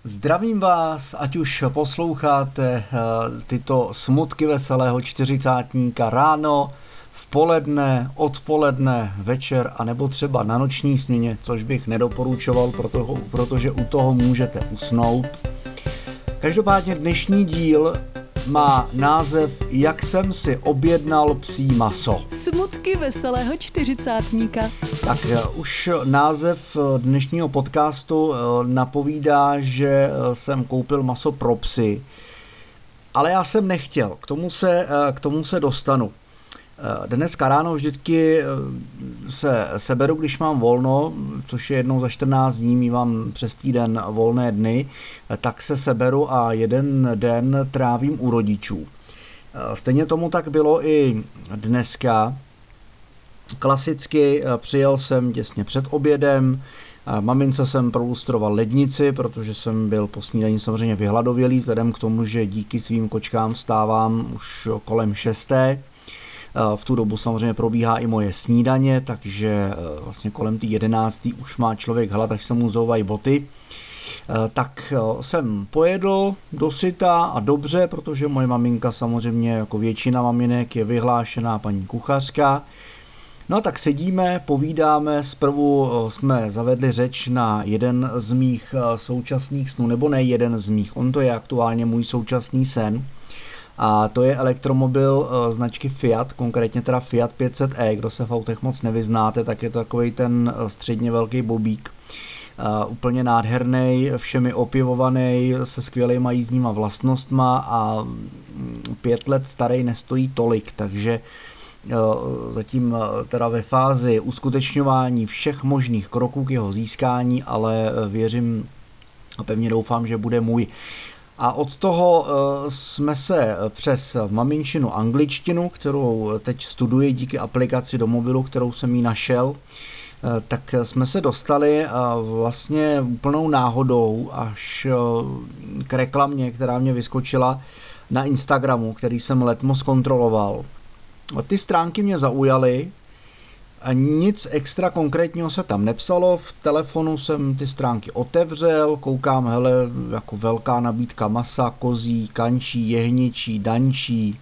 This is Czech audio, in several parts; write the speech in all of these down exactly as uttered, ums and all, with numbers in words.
Zdravím vás, ať už posloucháte tyto smutky veselého čtyřicátníka ráno, v poledne, odpoledne, večer a nebo třeba na noční směně, což bych nedoporučoval, proto, protože u toho můžete usnout. Každopádně dnešní díl má název Jak jsem si objednal psí maso. Smutky veselého čtyřicátníka. Tak už název dnešního podcastu napovídá, že jsem koupil maso pro psy, ale já jsem nechtěl, k tomu se, k tomu se dostanu. Dneska ráno vždycky se seberu, když mám volno, což je jednou za čtrnáct dní, mívám přes týden volné dny, tak se seberu a jeden den trávím u rodičů. Stejně tomu tak bylo i dneska. Klasicky přijel jsem těsně před obědem, mamince jsem prolustroval lednici, protože jsem byl po snídani samozřejmě vyhladovělý, vzhledem k tomu, že díky svým kočkám vstávám už kolem šesté. V tu dobu samozřejmě probíhá i moje snídaně, takže vlastně kolem té jedenácté už má člověk hlad, až se mu zouvají boty. Tak jsem pojedl dosyta a dobře, protože moje maminka samozřejmě jako většina maminek je vyhlášená paní kuchařka. No a tak sedíme, povídáme, zprvu jsme zavedli řeč na jeden z mých současných snů, nebo ne jeden z mých, on to je aktuálně můj současný sen. A to je elektromobil značky Fiat, konkrétně teda Fiat pět set e, kdo se v autech moc nevyznáte, tak je to takovej ten středně velký bobík. Uh, úplně nádherný, všemi opěvovaný, se skvělýma jízdníma vlastnostma a pět let starý nestojí tolik, takže uh, zatím uh, teda ve fázi uskutečňování všech možných kroků k jeho získání, ale uh, věřím a pevně doufám, že bude můj. A od toho uh, jsme se přes maminčinu angličtinu, kterou teď studuji díky aplikaci do mobilu, kterou jsem jí našel, uh, tak jsme se dostali uh, vlastně úplnou náhodou až uh, k reklamě, která mě vyskočila na Instagramu, který jsem letmo zkontroloval. Ty stránky mě zaujaly, a nic extra konkrétního se tam nepsalo, v telefonu jsem ty stránky otevřel, koukám, hele, jako velká nabídka masa, kozí, kančí, jehničí, dančí,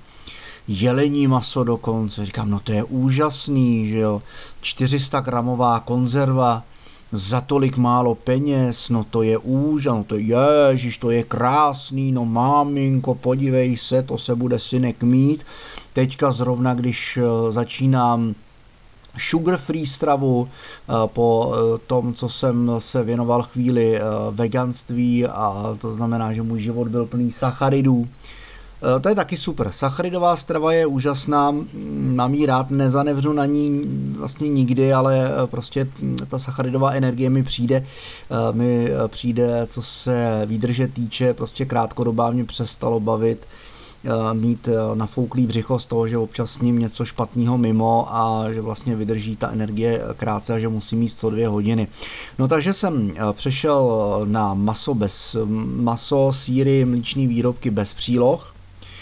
jelení maso dokonce, říkám, no to je úžasný, že jo, čtyři sta gramová konzerva za tolik málo peněz, no to je úžasný, no to je, ježiš, to je krásný, no maminko, podívej se, to se bude synek mít, teďka zrovna, když začínám sugar free stravu po tom, co jsem se věnoval chvíli veganství, a to znamená, že můj život byl plný sacharidů. To je taky super. Sacharidová strava je úžasná, mám jí rád, nezanevřu na ní vlastně nikdy, ale prostě ta sacharidová energie mi přijde, mi přijde, co se výdrže týče, prostě krátkodobá mě přestalo bavit mít nafouklý břicho z toho, že občas s ním něco špatného mimo a že vlastně vydrží ta energie krátce a že musím jíst co dvě hodiny. No takže jsem přešel na maso, bez, maso, sýry, mléčné výrobky bez příloh.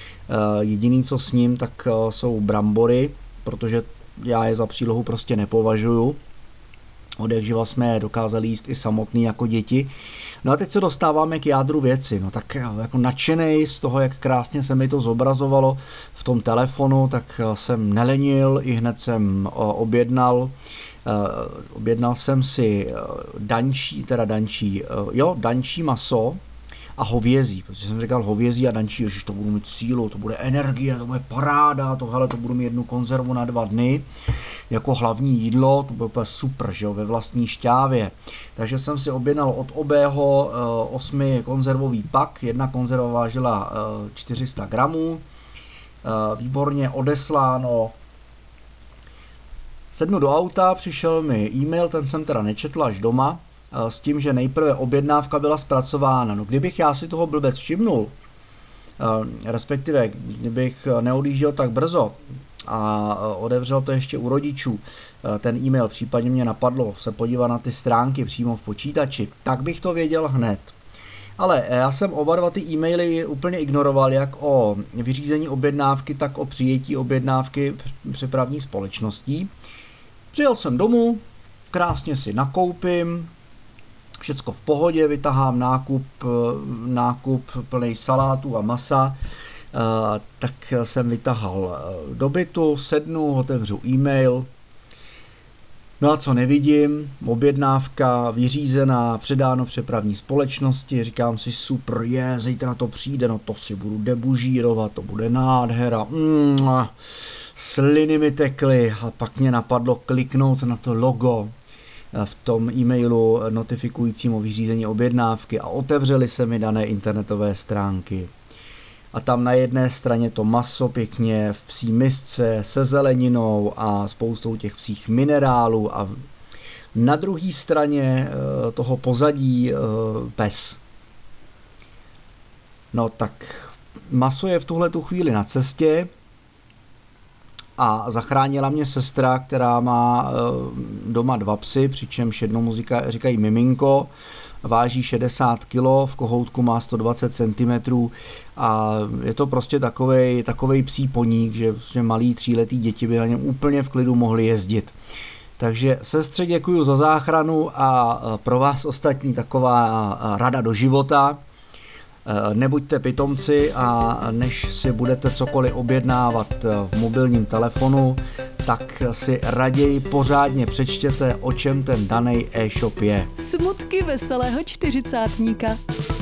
Jediný, co s ním, tak jsou brambory, protože já je za přílohu prostě nepovažuju. Odjakživa jsme je dokázali jíst i samotný jako děti. No a teď se dostáváme k jádru věci. No tak jako nadšenej z toho, jak krásně se mi to zobrazovalo v tom telefonu, tak jsem nelenil, i hned jsem objednal. Objednal jsem si dančí, teda dančí, jo, dančí maso a hovězí, protože jsem říkal hovězí a dančí, že to budu mít sílu, to bude energie, to bude paráda, tohle to budu mít jednu konzervu na dva dny, jako hlavní jídlo, to bude úplně super, že jo, ve vlastní šťávě. Takže jsem si objednal od obého uh, osmi konzervový pak, jedna konzerva vážila uh, čtyři sta gramů, uh, výborně odesláno. Sednu do auta, přišel mi e-mail, ten jsem teda nečetl až doma, s tím, že nejprve objednávka byla zpracována. No kdybych já si toho blbec všimnul, respektive kdybych neodjížděl tak brzo a odevřel to ještě u rodičů, ten e-mail, případně mě napadlo se podívat na ty stránky přímo v počítači, tak bych to věděl hned. Ale já jsem oba dva ty e-maily úplně ignoroval, jak o vyřízení objednávky, tak o přijetí objednávky přepravní společností. Přijel jsem domů, krásně si nakoupím, všecko v pohodě, vytahám nákup, nákup plný salátů a masa, tak jsem vytahal do bytu, sednu, otevřu e-mail, no a co nevidím, objednávka vyřízená, předáno přepravní společnosti, říkám si super, je, zítra to přijde, no to si budu debužírovat, to bude nádhera, mm, sliny mi tekly a pak mě napadlo kliknout na to logo v tom e-mailu notifikujícím o vyřízení objednávky a otevřely se mi dané internetové stránky. A tam na jedné straně to maso pěkně v psí misce se zeleninou a spoustou těch psích minerálů a na druhé straně toho pozadí pes. No tak maso je v tuhletu chvíli na cestě a zachránila mě sestra, která má doma dva psy, přičemž jednomu říkají miminko, váží šedesát kilo, v kohoutku má sto dvacet centimetrů a je to prostě takovej, takovej psí poník, že prostě malý tříletý děti by na něm úplně v klidu mohly jezdit. Takže sestře děkuju za záchranu a pro vás ostatní taková rada do života. Nebuďte pitomci a než si budete cokoliv objednávat v mobilním telefonu, tak si raději pořádně přečtěte, o čem ten daný e-shop je. Smutky veselého čtyřicátníka.